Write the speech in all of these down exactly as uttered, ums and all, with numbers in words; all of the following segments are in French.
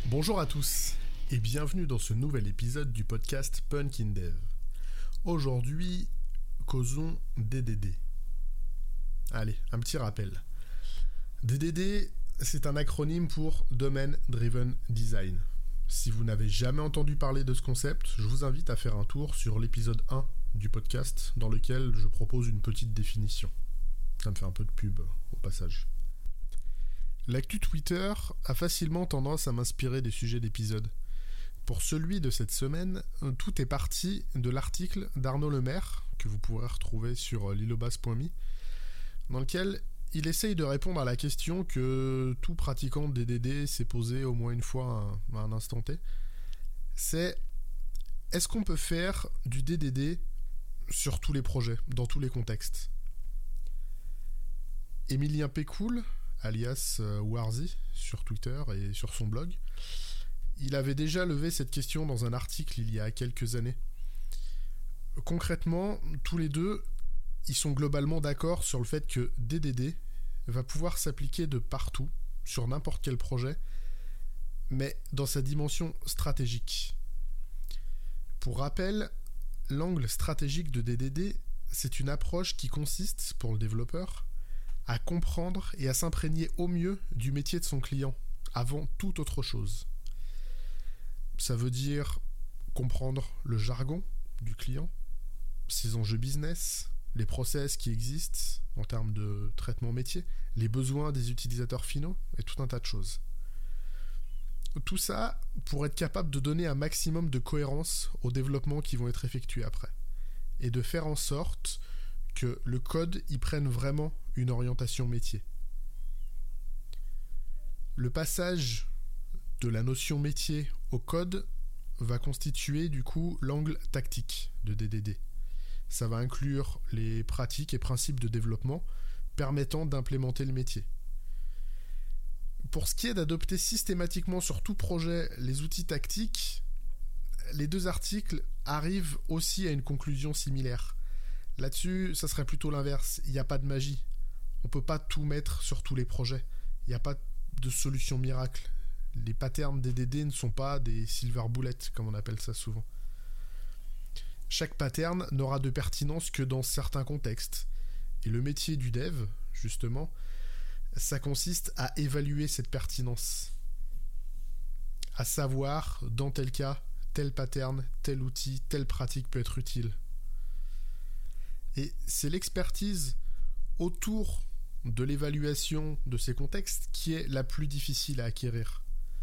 Bonjour à tous et bienvenue dans ce nouvel épisode du podcast Punk in Dev. Aujourd'hui, causons D D D. Allez, un petit rappel. D D D, c'est un acronyme pour Domain Driven Design. Si vous n'avez jamais entendu parler de ce concept, je vous invite à faire un tour sur l'épisode un du podcast dans lequel je propose une petite définition. Ça me fait un peu de pub au passage. L'actu Twitter a facilement tendance à m'inspirer des sujets d'épisodes. Pour celui de cette semaine, tout est parti de l'article d'Arnaud Lemaire, que vous pourrez retrouver sur lilobas point me, dans lequel il essaye de répondre à la question que tout pratiquant de D D D s'est posé au moins une fois à un instant T. C'est, est-ce qu'on peut faire du D D D sur tous les projets, dans tous les contextes ? Emilien Pécoul, alias Warzy, sur Twitter et sur son blog, il avait déjà levé cette question dans un article il y a quelques années. Concrètement, tous les deux, ils sont globalement d'accord sur le fait que D D D va pouvoir s'appliquer de partout, sur n'importe quel projet, mais dans sa dimension stratégique. Pour rappel, l'angle stratégique de D D D, c'est une approche qui consiste, pour le développeur, à comprendre et à s'imprégner au mieux du métier de son client, avant toute autre chose. Ça veut dire comprendre le jargon du client, ses enjeux business, les process qui existent en termes de traitement métier, les besoins des utilisateurs finaux et tout un tas de choses. Tout ça pour être capable de donner un maximum de cohérence aux développements qui vont être effectués après, et de faire en sorte que le code y prenne vraiment une orientation métier. Le passage de la notion métier au code va constituer du coup l'angle tactique de D D D. Ça va inclure les pratiques et principes de développement permettant d'implémenter le métier. Pour ce qui est d'adopter systématiquement sur tout projet les outils tactiques, les deux articles arrivent aussi à une conclusion similaire. Là-dessus, ça serait plutôt l'inverse. Il n'y a pas de magie. On ne peut pas tout mettre sur tous les projets. Il n'y a pas de solution miracle. Les patterns D D D ne sont pas des silver bullets, comme on appelle ça souvent. Chaque pattern n'aura de pertinence que dans certains contextes. Et le métier du dev, justement, ça consiste à évaluer cette pertinence. À savoir, dans tel cas, tel pattern, tel outil, telle pratique peut être utile. Et c'est l'expertise autour de l'évaluation de ces contextes qui est la plus difficile à acquérir.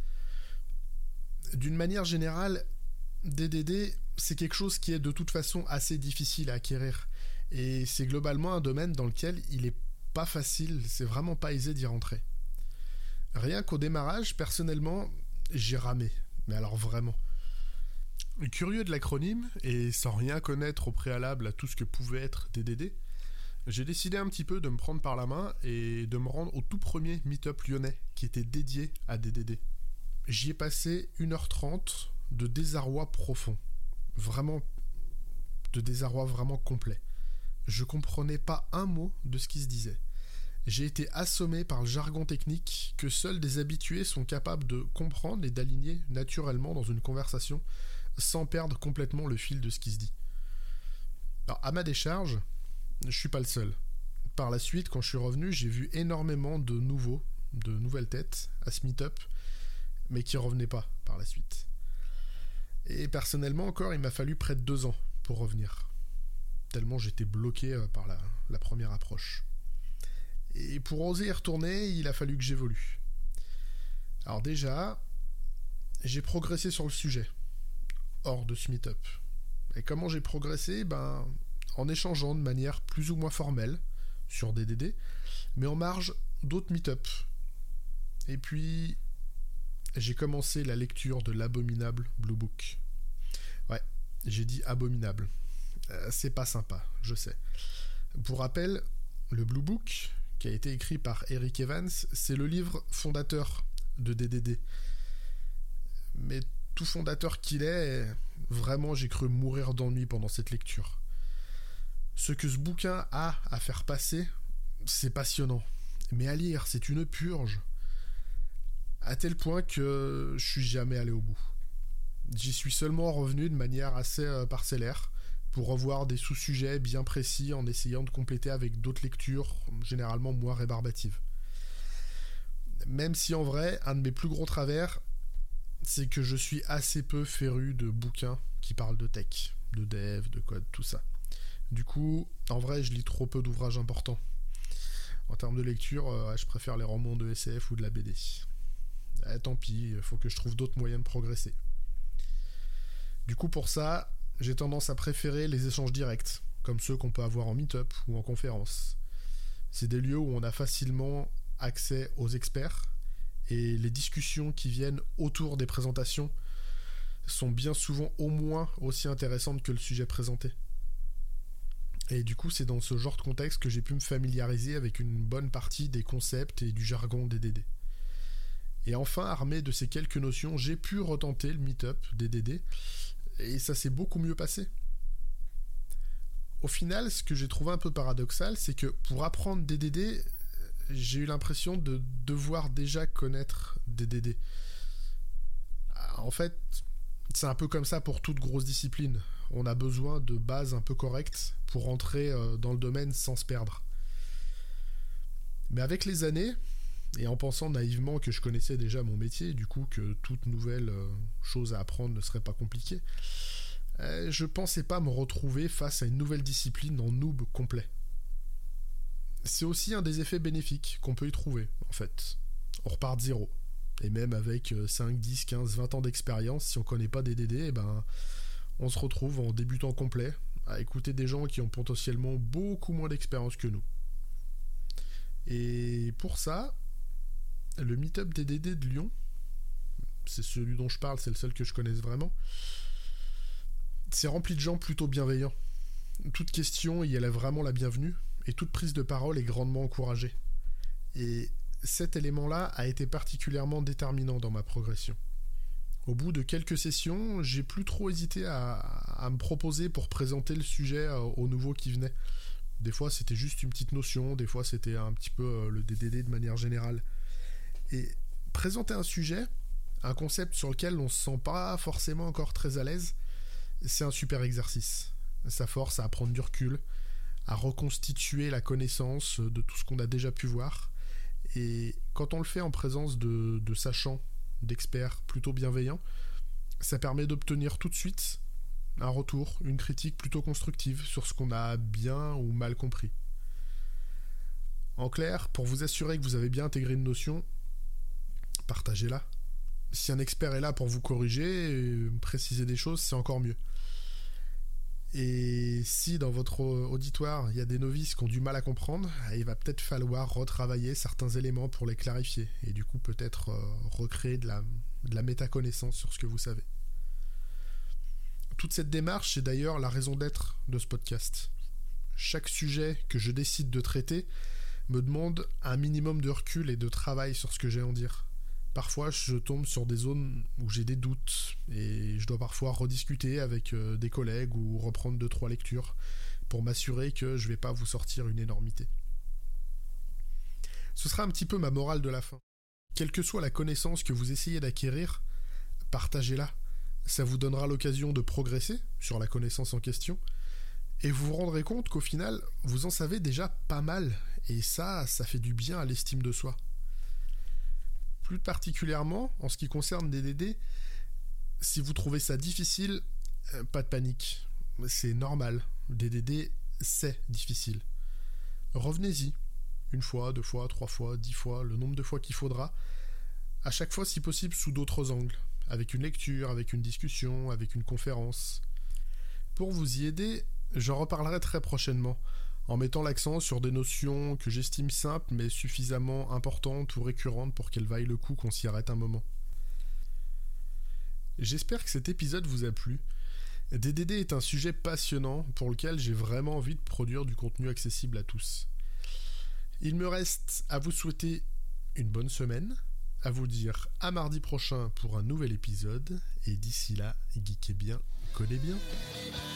D'une manière générale, D D D, c'est quelque chose qui est de toute façon assez difficile à acquérir. Et c'est globalement un domaine dans lequel il n'est pas facile, c'est vraiment pas aisé d'y rentrer. Rien qu'au démarrage, personnellement, j'ai ramé. Mais alors vraiment. Curieux de l'acronyme, et sans rien connaître au préalable à tout ce que pouvait être D D D, j'ai décidé un petit peu de me prendre par la main et de me rendre au tout premier meet-up lyonnais qui était dédié à D D D. J'y ai passé une heure trente de désarroi profond. Vraiment, de désarroi vraiment complet. Je comprenais pas un mot de ce qui se disait. J'ai été assommé par le jargon technique que seuls des habitués sont capables de comprendre et d'aligner naturellement dans une conversation sans perdre complètement le fil de ce qui se dit. Alors, à ma décharge, je suis pas le seul. Par la suite, quand je suis revenu, j'ai vu énormément de nouveaux, de nouvelles têtes à ce meet-up, mais qui revenaient pas par la suite. Et personnellement encore, il m'a fallu près de deux ans pour revenir. Tellement j'étais bloqué par la, la première approche. Et pour oser y retourner, il a fallu que j'évolue. Alors déjà, j'ai progressé sur le sujet, hors de ce meet-up. Et comment j'ai progressé ? Ben, en échangeant de manière plus ou moins formelle sur D D D, mais en marge d'autres meet-up. Et puis, j'ai commencé la lecture de l'abominable Blue Book. Ouais, j'ai dit abominable. Euh, c'est pas sympa, je sais. Pour rappel, le Blue Book, qui a été écrit par Eric Evans, c'est le livre fondateur de D D D. Mais tout fondateur qu'il est, vraiment j'ai cru mourir d'ennui pendant cette lecture. Ce que ce bouquin a à faire passer, c'est passionnant. Mais à lire, c'est une purge. à tel point que je suis jamais allé au bout. J'y suis seulement revenu de manière assez euh, parcellaire, pour revoir des sous-sujets bien précis en essayant de compléter avec d'autres lectures, généralement moins rébarbatives. Même si en vrai, un de mes plus gros travers, c'est que je suis assez peu féru de bouquins qui parlent de tech, de dev, de code, tout ça. Du coup, en vrai, je lis trop peu d'ouvrages importants. En termes de lecture, euh, je préfère les romans de S F ou de la B D. Eh, tant pis, il faut que je trouve d'autres moyens de progresser. Du coup, pour ça, j'ai tendance à préférer les échanges directs, comme ceux qu'on peut avoir en meet-up ou en conférence. C'est des lieux où on a facilement accès aux experts, et les discussions qui viennent autour des présentations sont bien souvent au moins aussi intéressantes que le sujet présenté. Et du coup, c'est dans ce genre de contexte que j'ai pu me familiariser avec une bonne partie des concepts et du jargon des D D. Et enfin, armé de ces quelques notions, j'ai pu retenter le meet-up des D D, et ça s'est beaucoup mieux passé. Au final, ce que j'ai trouvé un peu paradoxal, c'est que pour apprendre des D D, j'ai eu l'impression de devoir déjà connaître des D D. En fait, c'est un peu comme ça pour toute grosse discipline. On a besoin de bases un peu correctes pour entrer dans le domaine sans se perdre. Mais avec les années, et en pensant naïvement que je connaissais déjà mon métier, du coup que toute nouvelle chose à apprendre ne serait pas compliquée, je pensais pas me retrouver face à une nouvelle discipline en noob complet. C'est aussi un des effets bénéfiques qu'on peut y trouver, en fait. On repart de zéro. Et même avec cinq, dix, quinze, vingt ans d'expérience, si on connaît pas des D D, eh ben, on se retrouve en débutant complet à écouter des gens qui ont potentiellement beaucoup moins d'expérience que nous. Et pour ça, le meet-up des D D de Lyon, c'est celui dont je parle, c'est le seul que je connaisse vraiment, c'est rempli de gens plutôt bienveillants. Toute question y est vraiment la bienvenue, et toute prise de parole est grandement encouragée. Et cet élément-là a été particulièrement déterminant dans ma progression. Au bout de quelques sessions, j'ai plus trop hésité à, à me proposer pour présenter le sujet aux nouveaux qui venaient. Des fois, c'était juste une petite notion, des fois, c'était un petit peu le D D D de manière générale. Et présenter un sujet, un concept sur lequel on ne se sent pas forcément encore très à l'aise, c'est un super exercice. Ça force à prendre du recul, à reconstituer la connaissance de tout ce qu'on a déjà pu voir. Et quand on le fait en présence de, de sachants, d'experts plutôt bienveillants, ça permet d'obtenir tout de suite un retour, une critique plutôt constructive sur ce qu'on a bien ou mal compris. En clair, pour vous assurer que vous avez bien intégré une notion, partagez-la. Si un expert est là pour vous corriger, préciser des choses, c'est encore mieux. Et si dans votre auditoire, il y a des novices qui ont du mal à comprendre, il va peut-être falloir retravailler certains éléments pour les clarifier, et du coup peut-être euh, recréer de la, de la métaconnaissance sur ce que vous savez. Toute cette démarche, c'est d'ailleurs la raison d'être de ce podcast. Chaque sujet que je décide de traiter me demande un minimum de recul et de travail sur ce que j'ai à en dire. Parfois, je tombe sur des zones où j'ai des doutes et je dois parfois rediscuter avec euh, des collègues ou reprendre deux, trois lectures pour m'assurer que je ne vais pas vous sortir une énormité. Ce sera un petit peu ma morale de la fin. Quelle que soit la connaissance que vous essayez d'acquérir, partagez-la. Ça vous donnera l'occasion de progresser sur la connaissance en question et vous vous rendrez compte qu'au final, vous en savez déjà pas mal et ça, ça fait du bien à l'estime de soi. Plus particulièrement, en ce qui concerne des D D, si vous trouvez ça difficile, euh, pas de panique. C'est normal. Des D D, c'est difficile. Revenez-y. Une fois, deux fois, trois fois, dix fois, le nombre de fois qu'il faudra. À chaque fois, si possible, sous d'autres angles. Avec une lecture, avec une discussion, avec une conférence. Pour vous y aider, j'en reparlerai très prochainement, en mettant l'accent sur des notions que j'estime simples mais suffisamment importantes ou récurrentes pour qu'elles vaillent le coup qu'on s'y arrête un moment. J'espère que cet épisode vous a plu. D D D est un sujet passionnant pour lequel j'ai vraiment envie de produire du contenu accessible à tous. Il me reste à vous souhaiter une bonne semaine, à vous dire à mardi prochain pour un nouvel épisode, et d'ici là, geekez bien, codez bien.